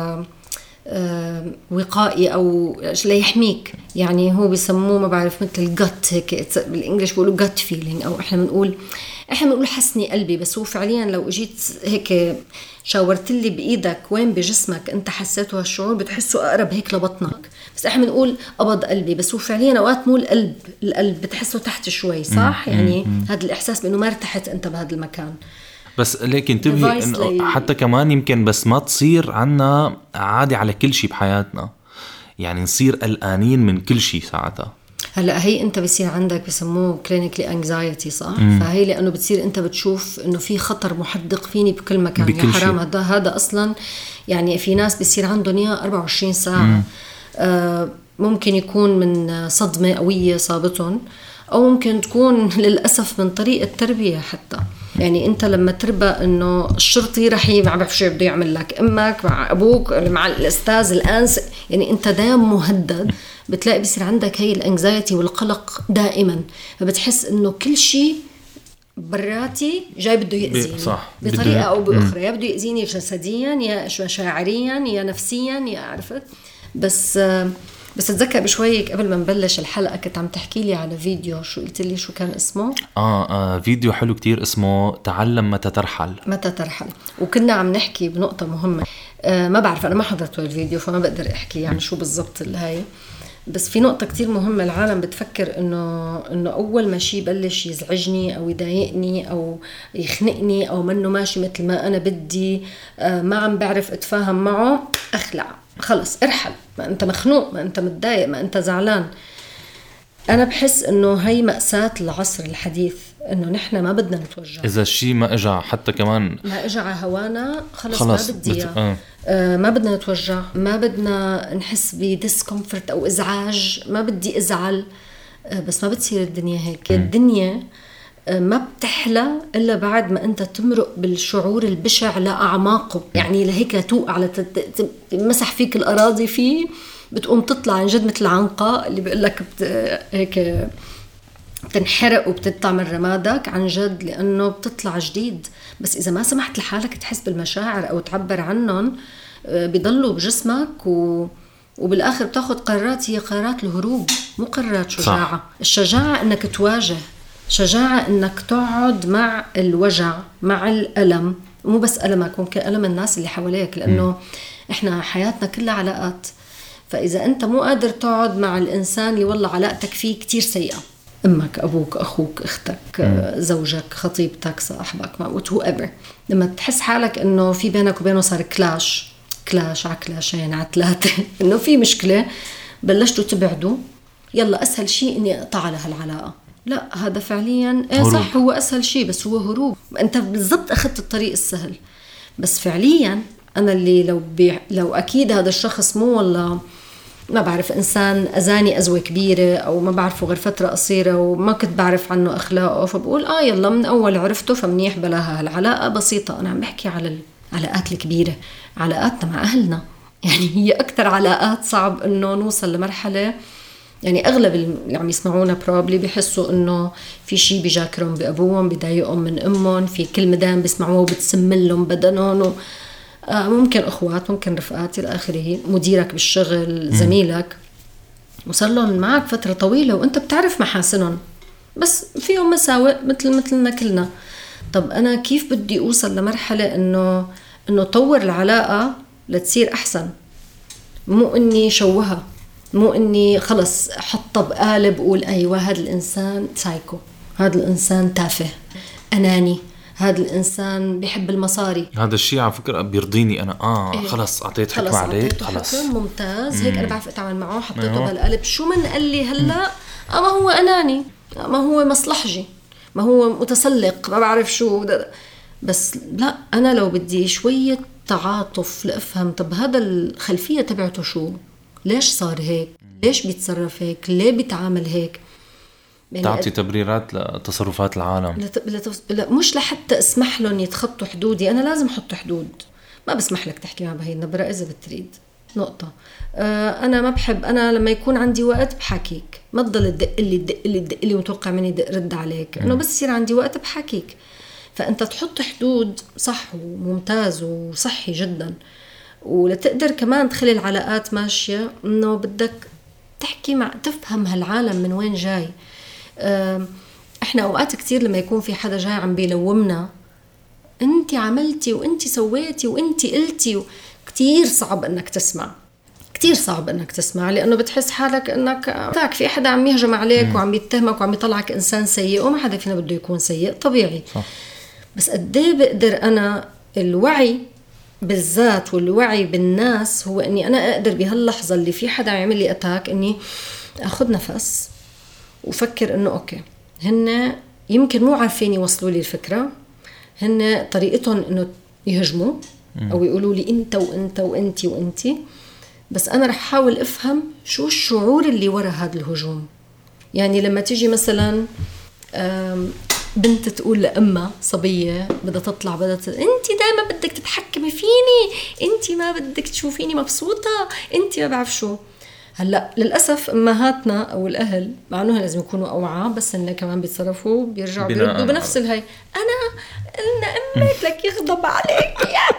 وقائي أو ليحميك. يعني هو بيسموه ما بعرف مثل gut هيك بالإنجليش بيقولوا gut feeling، أو إحنا بنقول حسني قلبي، بس هو فعليا لو اجيت هيك شاورت لي بإيدك وين بجسمك أنت حسيته هالشعور بتحسه أقرب هيك لبطنك، بس إحنا بنقول قبض قلبي، بس هو فعليا أوقات مو القلب بتحسه تحت شوي صح؟ يعني هذا الإحساس بأنه ما ارتحت أنت بهذا المكان. بس لكن انتبهي انه حتى كمان يمكن بس ما تصير عنا عادي على كل شيء بحياتنا، يعني نصير قلقانين من كل شيء ساعتها. هلا هي انت بصير عندك بسموه كلينيكلي انكزايتي صح؟ فهي لانه بتصير انت بتشوف انه في خطر محدق فيني بكل مكان، يا حرام هذا اصلا. يعني في ناس بصير عندهم اياه 24 ساعه. ممكن يكون من صدمه قويه صابتهم، أو ممكن تكون للأسف من طريقة تربية حتى. يعني أنت لما تربى إنه الشرطي رح ما بعرف شو بده يعمل لك، أمك مع أبوك مع الأستاذ الآنس، يعني أنت دائما مهدد، بتلاقي بيصير عندك هاي الانكزايتي والقلق دائما، فبتحس إنه كل شيء براتي جاي بده يأذيني بطريقة أو بأخرى، يا بده يأذيني جسديا يا مشاعريا يا نفسيا يا عرفت. بس اتذكر بشوي قبل ما نبلش الحلقة كنت عم تحكي لي على فيديو، شو قلت لي شو كان اسمه؟ فيديو حلو كتير اسمه تعلم متى ترحل. وكنا عم نحكي بنقطة مهمة. ما بعرف أنا ما حضرت الفيديو فما بقدر أحكي يعني شو بالضبط هاي، بس في نقطة كتير مهمة. العالم بتفكر إنه أول ما شي بلش يزعجني أو يضايقني أو يخنقني أو منه ماشي مثل ما أنا بدي، ما عم بعرف أتفاهم معه، أخلع خلص ارحل، ما أنت مخنوق، ما أنت متضايق، ما أنت زعلان. أنا بحس إنه هاي مأساة العصر الحديث. انه نحن ما بدنا نتوجع. اذا الشيء ما اجى حتى كمان ما اجى على هوانا خلص ما بدي ما بدنا نتوجع، ما بدنا نحس بديسكمفورت او ازعاج، ما بدي ازعل. بس ما بتصير الدنيا هيك. الدنيا ما بتحلى إلا بعد ما أنت تمرق بالشعور البشع لأعماقه. يعني لهيك توقع مسح فيك الأراضي فيه، بتقوم تطلع عن جد مثل العنقاء اللي بيقول لك هيك بتنحرق وبتطلع من رمادك عن جد، لأنه بتطلع جديد. بس إذا ما سمحت لحالك تحس بالمشاعر أو تعبر عنهم بيضلوا بجسمك وبالآخر بتاخد قرارات هي قرارات الهروب، مو قرارات شجاعة. صح. الشجاعة إنك تواجه، شجاعة إنك تقعد مع الوجع مع الألم، مو بس ألمك، ممكن ألم الناس اللي حواليك، لأنه إحنا حياتنا كلها علاقات. فإذا أنت مو قادر تقعد مع الإنسان اللي والله علاقتك فيه كتير سيئة، أمك، أبوك، أخوك، أختك، زوجك، خطيبتك، صاحبك، whatever، لما تحس حالك إنه في بينك وبينه صار كلاش على كلاشين على 3 إنه في مشكلة، بلشتوا تبعدوا، يلا أسهل شيء إني أقطع على هالعلاقة. لا، هذا فعليا صح، هو أسهل شيء، بس هو هروب. أنت بالضبط أخذت الطريق السهل. بس فعليا أنا اللي لو أكيد هذا الشخص مو والله ما بعرف، إنسان أذاني أذوة كبيرة أو ما بعرفه غير فترة قصيرة وما كنت بعرف عنه أخلاقه، فبقول يلا من أول عرفته فمنيح بلاها. العلاقة بسيطة. أنا عم بحكي على العلاقات الكبيرة، علاقاتنا مع أهلنا. يعني هي أكتر علاقات صعب إنه نوصل لمرحلة، يعني أغلب اللي عم يسمعونا probably بيحسوا إنه في شيء بيجاكرهم بأبوهم، بيضايقهم من أمهم، في كلمة دائما بيسمعوها وبتسملهم بدنهم، ممكن أخوات، ممكن رفقات إلى آخره، مديرك بالشغل، زميلك، وصار لهم معك فترة طويلة وأنت بتعرف محاسنهم، بس فيهم مساوئ مثلنا كلنا. طب أنا كيف بدي أوصل لمرحلة إنه طور العلاقة لتصير أحسن؟ مو إني شوهها، مو إني خلص حطها بقالب وقول أيوة هذا الإنسان سايكو، هذا الإنسان تافه، أناني، هذا الإنسان بيحب المصاري. هذا الشيء على فكرة بيرضيني أنا. خلص أعطيت حكم عليه، خلص ممتاز، هيك أنا بعرف أتعامل معه، حطيته بهالقلب. شو من قال لي هلأ ما هو أناني، ما هو مصلحجي، ما هو متسلق، ما بعرف شو بس لا، أنا لو بدي شوية تعاطف لأفهم طب هذا الخلفية تبعته شو، ليش صار هيك، ليش بيتصرف هيك، ليه بيتعامل هيك، يعني تعطي تبريرات لتصرفات العالم. لا مش لحتى اسمح لهم يتخطوا حدودي. أنا لازم أحط حدود. ما بسمح لك تحكي مع بهي النبرة إذا بتريد، نقطة. أنا ما بحب، أنا لما يكون عندي وقت بحكيك، ما تضل تدق لي متوقع مني رد عليك، إنه بس يصير عندي وقت بحكيك. فأنت تحط حدود صح وممتاز وصحي جدا. ولتقدر كمان تخلي العلاقات ماشية، إنه بدك تحكي تفهم هالعالم من وين جاي. إحنا أوقات كتير لما يكون في حدا جاي عم بيلومنا، أنت عملتي وأنت سويتي وأنت قلتي، كتير صعب إنك تسمع، كتير صعب إنك تسمع، لأنه بتحس حالك إنك في حدا عم يهجم عليك وعم يتهمك وعم يطلعك إنسان سيء، وما حدا فينا بده يكون سيء، طبيعي. صح. بس قديه بقدر أنا الوعي بالذات والوعي بالناس هو إني أنا أقدر بهاللحظة اللي في حدا يعمل لي أتاك إني أخذ نفس وفكر إنه أوكي، هن يمكن مو عارفين يوصلوا لي الفكرة، هن طريقتهم إنه يهجموا أو يقولوا لي أنت وأنت وأنتي وأنتي، بس أنا رح حاول أفهم شو الشعور اللي وراء هذا الهجوم. يعني لما تيجي مثلا بنت تقول لأمها صبية بدها تطلع أنت دايما بدك تتحكمي فيني، أنت ما بدك تشوفيني مبسوطة، أنت ما بعرف شو. هلأ للأسف أمهاتنا أو الأهل مع أنه لازم يكونوا أوعى، بس إنه كمان بيتصرفوا بيرجعوا بيردوا بنفس الهي. أنا أمك لك يغضب عليك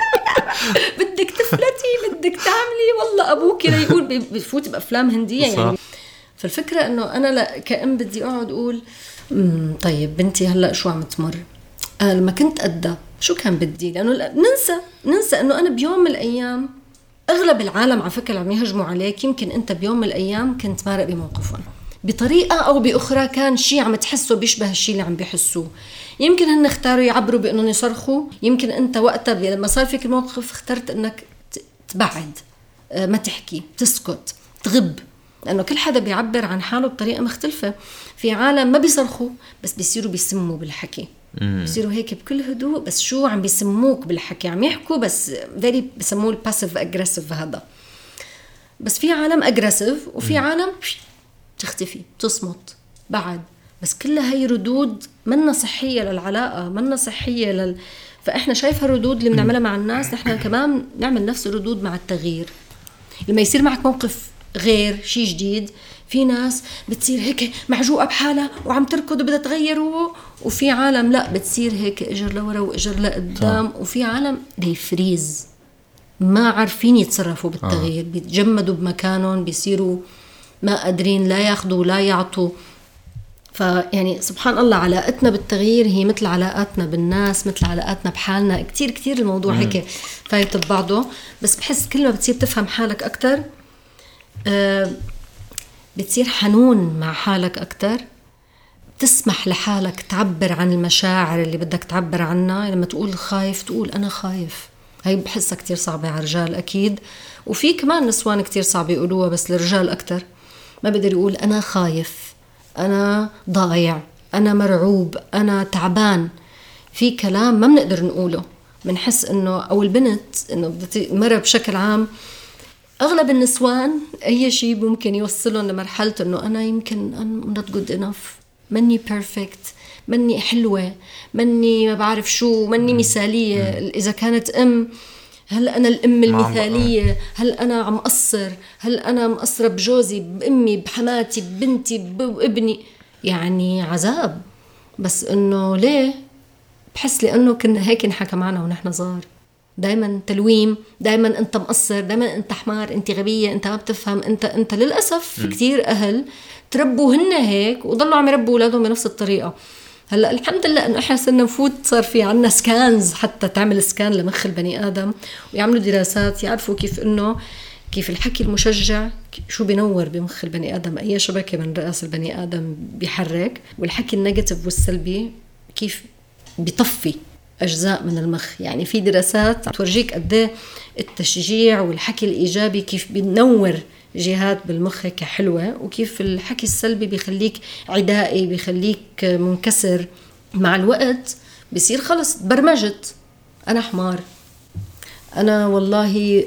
بدك تفلتي، بدك تعملي، والله أبوك لا يقول، بفوت بأفلام هندية يعني. فالفكرة إنه أنا كأم بدي أقعد أقول طيب بنتي هلأ شو عم تمر، أنا لما كنت قدها شو كان بدي، لأنه ننسى إنه أنا بيوم من الأيام أغلب العالم على فكرة عم يهجموا عليك، يمكن أنت بيوم من الأيام كنت مارق بموقفهم بطريقة أو بأخرى، كان شيء عم تحسه بيشبه الشيء اللي عم بيحسوه. يمكن هن اختاروا يعبروا بأنهم يصرخوا، يمكن أنت وقتها لما صار فيك الموقف اخترت أنك تبعد، ما تحكي، تسكت، تغب. لأنه كل حدا بيعبر عن حاله بطريقة مختلفة. في عالم ما بيصرخوا بس بيصيروا بيسموا بالحكي، بيصيروا هيك بكل هدوء بس شو عم بيسموك بالحكي، عم يحكوا بس بيسموه الباسيف اجريسيف هذا. بس في عالم اجريسيف وفي عالم تختفي تصمت بعد، بس كلها هي ردود منا صحية للعلاقة، منا صحية فإحنا شايف هالردود اللي بنعملها مع الناس نحن كمان نعمل نفس الردود مع التغيير. لما يصير معك موقف غير شيء جديد، في ناس بتصير هيك معجوقة بحالها وعم تركض وبدها تغير، وفي عالم لا بتصير هيك اجر لورا واجر لقدام، وفي عالم بيفريز ما عارفين يتصرفوا بالتغيير، بيتجمدوا بمكانهم، بيصيروا ما قادرين لا ياخدوا لا يعطوا. فيعني سبحان الله علاقتنا بالتغيير هي مثل علاقاتنا بالناس، مثل علاقاتنا بحالنا. كتير كتير الموضوع هيك فايت ببعضه، بس بحس كل ما بتصير تفهم حالك أكتر بتصير حنون مع حالك أكتر، تسمح لحالك تعبر عن المشاعر اللي بدك تعبر عنها. لما تقول خايف تقول أنا خايف، هاي بحسها كتير صعبة على الرجال أكيد، وفي كمان نسوان كتير صعب يقولوها، بس الرجال أكتر ما بقدر يقول أنا خايف، أنا ضايع، أنا مرعوب، أنا تعبان. في كلام ما بنقدر نقوله، بنحس إنه أو البنت إنه المرأة بشكل عام أغلب النسوان أي شيء ممكن يوصلهم لمرحلة إنه أنا يمكن I'm not good enough، مني perfect، مني حلوة، مني ما بعرف شو، مني مثالية. إذا كانت هل أنا الأم المثالية؟ هل أنا عم قصر؟ هل أنا مقصرة بجوزي، بأمي، بحماتي، ببنتي، بابني؟ يعني عذاب. بس إنه ليه؟ بحس لأنه كنا هيك نحكى معنا ونحن صغار، دايما تلويم، دايما أنت مقصر، دايما أنت حمار، أنت غبية، أنت ما بتفهم، أنت للأسف في كتير أهل تربوا هن هيك وضلوا عم يربوا أولادهم بنفس الطريقة. هلا الحمد لله انه احنا صرنا نفوت، صار في عنا سكانز حتى تعمل سكان لمخ البني ادم، ويعملوا دراسات يعرفوا كيف الحكي المشجع شو بينور بمخ البني ادم، اي شبكه من راس البني ادم بيحرك، والحكي النيجاتيف والسلبي كيف بيطفي اجزاء من المخ. يعني في دراسات تورجيك قد التشجيع والحكي الايجابي كيف بينور جهات بالمخ كحلوة، وكيف الحكي السلبي بيخليك عدائي، بيخليك منكسر. مع الوقت بيصير خلص برمجت، أنا حمار، أنا والله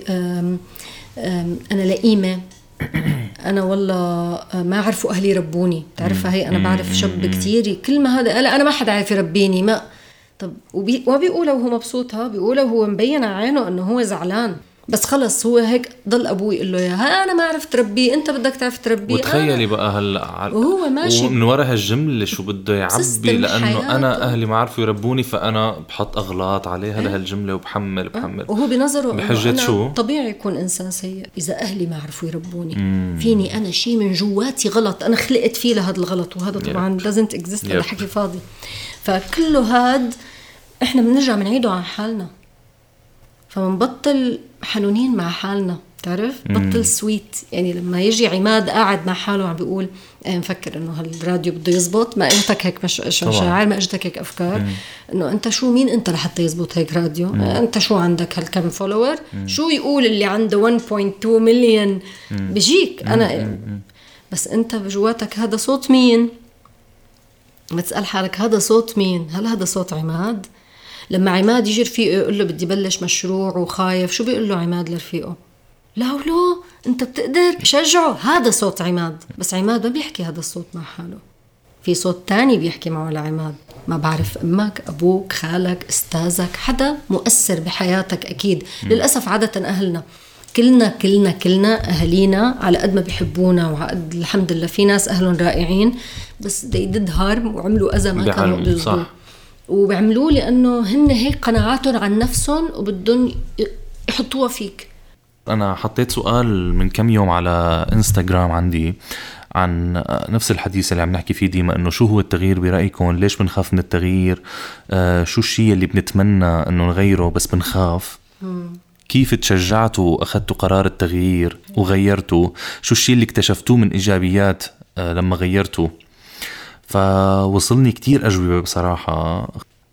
أنا لئيمة، أنا والله ما عرفوا أهلي ربوني. تعرفها هي أنا بعرف شاب كتير كل ما هذا أنا ما حدا عارف يربيني، ما طب وبيقوله وهو مبسوطها، بيقوله وهو مبين على عينه أنه هو زعلان، بس خلص هو هيك ضل أبوي يقول له يا أنا ما عرفت تربيه، أنت بدك تعرف تربيه. وتخيلي بقى هلا وهو ماشي ومن ورا هالجملة شو بده يعبي، لأنه أنا أهلي ما عرفوا يربوني فأنا بحط أغلاط عليه هذا هالجملة وبحمل وهو بنظره بحجة شو طبيعي يكون إنسان سيء إذا أهلي ما عرفوا يربوني. فيني أنا شيء من جواتي غلط، أنا خلقت فيه لهذا الغلط، وهذا طبعا doesn't exist، هذا حكي فاضي. فكله هاد إحنا بنرجع بنعيده عن حالنا، فمنبطل حنونين مع حالنا. تعرف بطل سويت. يعني لما يجي عماد قاعد مع حاله وعم بيقول مفكر انه هالراديو بده يزبط، ما انتك هيك مشاعر، ما اجتك هيك افكار، انه انت شو مين انت لحتى يزبط هيك راديو؟ انت شو عندك هالكم فولوور؟ شو يقول اللي عنده 1.2 مليون بيجيك؟ انا بس انت بجواتك هذا صوت مين؟ بتسأل حالك هذا صوت مين؟ هل هذا صوت عماد؟ لما عماد يجي رفيقه يقول له بدي بلش مشروع وخايف، شو بيقول له عماد لرفيقه؟ لا ولو انت بتقدر، شجعه. هذا صوت عماد. بس عماد ما بيحكي هذا الصوت مع حاله، في صوت تاني بيحكي معه لعماد. ما بعرف امك، ابوك، خالك، استاذك، حدا مؤثر بحياتك اكيد. للاسف عاده اهلنا كلنا اهالينا على قد ما بيحبونا وعقد الحمد لله في ناس اهلهم رائعين، بس they did harm وعملوا اذى ما كانوا يقدروا، وبيعملوه لأنه هن هيك قناعاتهم عن نفسهم وبدهم يحطوها فيك. أنا حطيت سؤال من كم يوم على إنستغرام عندي عن نفس الحديث اللي عم نحكي فيه ديما، إنه شو هو التغيير برأيكم؟ ليش بنخاف من التغيير؟ شو الشيء اللي بنتمنى إنه نغيره بس بنخاف؟ كيف تشجعتوا وأخذتوا قرار التغيير وغيرتوا؟ شو الشيء اللي اكتشفتوه من إيجابيات لما غيرتوا؟ فوصلني كتير أجوبة بصراحة.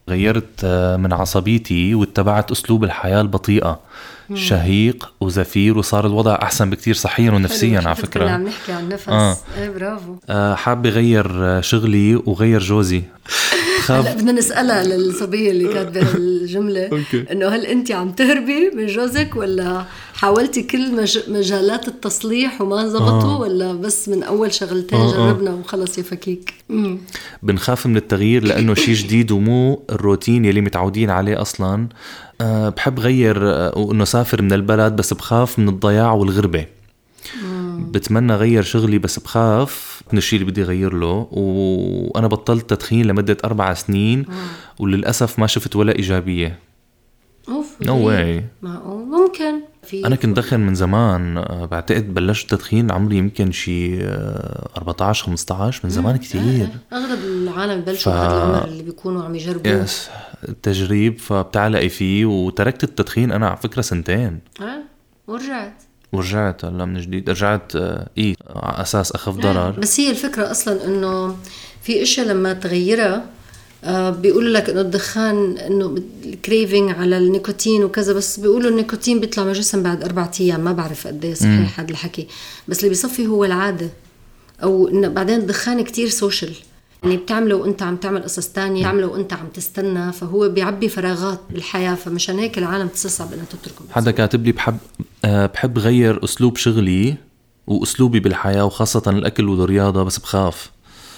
غيرت من عصبيتي واتبعت أسلوب الحياة البطيئة، شهيق وزفير، وصار الوضع أحسن بكتير صحيا ونفسيا على فكرة. كنا عم نحكي عن نفس. ايه برافو. حاب غير شغلي وغير جوزي. هلا بدنا نسألها للصبية اللي كاتبة الجملة إنه هل أنت عم تهربي من جوزك ولا حاولتي كل مجالات التصليح وما زبطوا ولا بس من أول شغلتين جربنا وخلص يفكيك؟ بنخاف من التغيير لأنه شيء جديد ومو الروتين يلي متعودين عليه أصلا. بحب غير وإنه سافر من البلد، بس بخاف من الضياع والغربة. بتمنى غير شغلي بس بخاف من الشيء اللي بدي غير له. وأنا بطلت تدخين لمدة 4 سنين وللأسف ما شفت ولا إيجابية. No way. ممكن أنا كنت دخن من زمان، بعتقد بلشت تدخين عمري يمكن شي 14-15 من زمان كتير. أغلب العالم بلشوا بهذا العمر اللي بيكونوا عم يجربوا التجريب، فبتعلقي فيه. وتركت التدخين أنا على فكرة 2 سنين ورجعت هلا من جديد. رجعت على أساس أخف ضرر. بس هي الفكرة أصلا إنه في إشياء لما تغيرها بيقولوا لك إنه الدخان إنه الكريفينج على النيكوتين وكذا، بس بيقولوا النيكوتين بيطلع من الجسم بعد 4 أيام. ما بعرف قد إيه صحيح هذا الحكي، بس اللي بيصفي هو العادة. أو إنه بعدين الدخان كتير سوشيال، يعني بتعمله وانت عم تعمل قصص تانية، بتعمله وانت عم تستنى، فهو بيعبي فراغات بالحياة. فمشان هيك العالم تستصعب انها تتركه. حدا كاتب لي بحب غير اسلوب شغلي واسلوبي بالحياة وخاصة الاكل والرياضة، بس بخاف.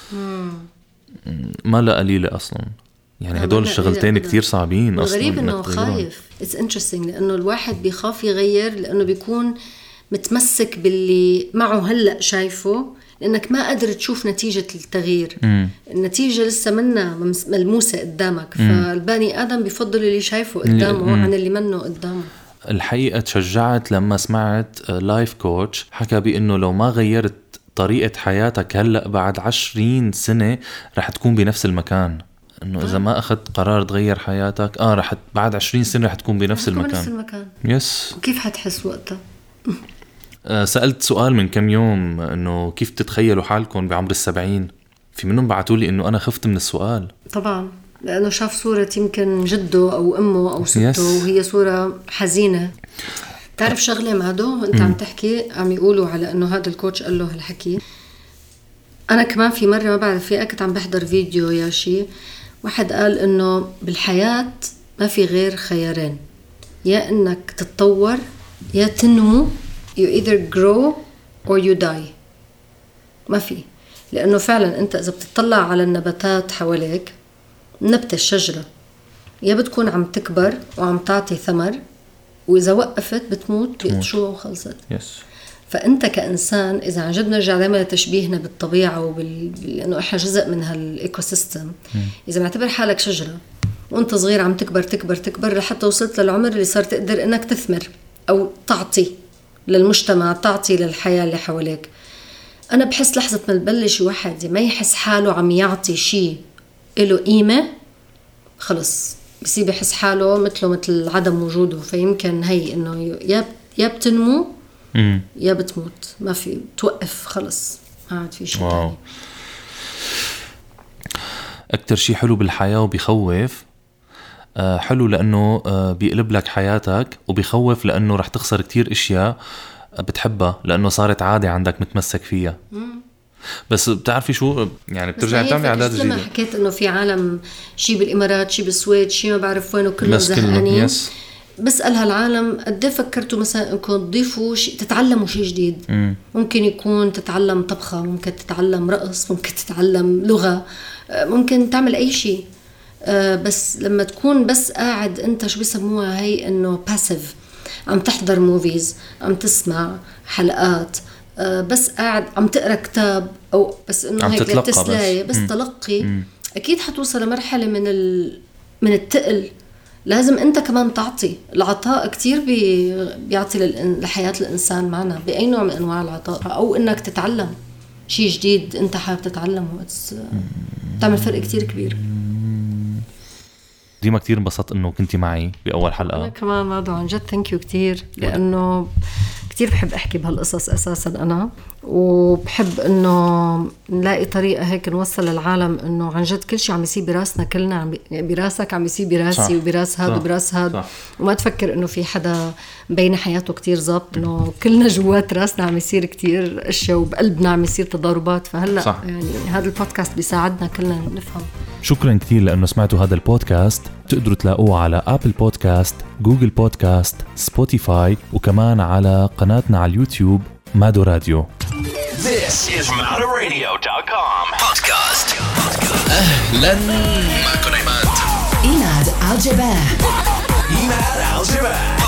ما لا قليلة اصلا، يعني هدول الشغلتين كتير صعبين اصلا. غريب انه خايف. It's interesting لانه الواحد بيخاف يغير لانه بيكون متمسك باللي معه هلأ شايفه، لأنك ما قادر تشوف نتيجة التغيير. النتيجة لسه منا ملموسة قدامك. فالبني آدم بيفضل اللي شايفه قدامه عن اللي منه قدامه. الحقيقة تشجعت لما سمعت لايف كوتش حكى بأنه لو ما غيرت طريقة حياتك هلأ بعد 20 سنة رح تكون بنفس المكان. إنه إذا ما أخذت قرار تغير حياتك رح بعد 20 سنة رح تكون بنفس المكان. يس. وكيف حتحس وقتها؟ سألت سؤال من كم يوم إنه كيف تتخيلوا حالكم بعمر 70؟ في منهم بعتولي إنه أنا خفت من السؤال. طبعا لأنه شاف صورة يمكن جده أو أمه أو سته وهي صورة حزينة. تعرف شغلة مادو أنت عم تحكي عم يقولوا على إنه هذا الكوتش قال له هالحكي. أنا كمان في مرة ما بعرف فيها كنت عم بحضر فيديو يا شي، واحد قال إنه بالحياة ما في غير خيارين، يا إنك تتطور يا تنمو. You either grow or you die. ما في. لأنه فعلا أنت إذا بتطلع على النباتات حواليك، نبتة الشجرة يا بتكون عم تكبر وعم تعطي ثمر، وإذا وقفت بتموت بيقطشوها وخلصت. فأنت كإنسان إذا عن جد نرجع دائما لتشبيهنا بالطبيعة لأنه إحنا جزء من هالإيكو سيستم. إذا معتبر حالك شجرة وأنت صغير عم تكبر تكبر تكبر لحتى وصلت للعمر اللي صار تقدر إنك تثمر أو تعطي للمجتمع، تعطي للحياة اللي حواليك. أنا بحس لحظة ما تبلش واحد ما يحس حاله عم يعطي شيء له قيمة، خلص بصير بحس حاله مثل عدم وجوده. فيمكن هي إنه يا بتنمو يا بتموت، ما في توقف، خلص ما عاد في شيء تاني. أكتر شيء حلو بالحياة وبيخوف. حلو لأنه بيقلب لك حياتك، وبيخوف لأنه رح تخسر كتير إشياء بتحبها لأنه صارت عادة عندك متمسك فيها. بس بتعرفي شو يعني بترجع تعملي عادات جديدة. لما حكيت إنه في عالم شي بالإمارات شي بالسويد شي ما بعرف وين وكلهم زهقانين، بسأل هالعالم قد ايه فكرتوا مثلا انكم تضيفوا شيء، تتعلموا شيء جديد. ممكن يكون تتعلم طبخة، ممكن تتعلم رقص، ممكن تتعلم لغة، ممكن تعمل أي شيء. بس لما تكون بس قاعد انت شو بيسموها هي انه باسيف، عم تحضر موفيز، عم تسمع حلقات، بس قاعد عم تقرأ كتاب او بس انه هيك تسلاية بس تلقي، اكيد حتوصل لمرحلة من التقل. لازم انت كمان تعطي. العطاء كتير بيعطي لحياة الانسان معنا بأي نوع من انواع العطاء، او انك تتعلم شيء جديد انت حابب تتعلمه، تعمل فرق كتير كبير. ديما كتير انبسطت انه كنتي معي بأول حلقة. أنا كمان مادو عن جد ثانك يو كتير، لأنه كتير بحب أحكي بهالقصص أساسا أنا، وبحب إنه نلاقي طريقة هيك نوصل للعالم إنه عن جد كل شيء عم يصير براسنا كلنا، براسك عم يصير براسي وبراس هاد وبراس هاد، وما تفكر إنه في حدا بين حياته كتير ظابط، إنه كلنا جوات راسنا عم يصير كتير أشياء وبقلبنا عم يصير تضاربات. فهلأ يعني هذا البودكاست بيساعدنا كلنا نفهم. شكرا كتير لأنه سمعتوا هذا البودكاست. تقدروا تلاقوه على أبل بودكاست، جوجل بودكاست، سبوتيفاي، وكمان على قناتنا على اليوتيوب مادو راديو. This is MadoRadio.com podcast. أهلا معكم عماد. إيماد الجباه. إيماد الجباه.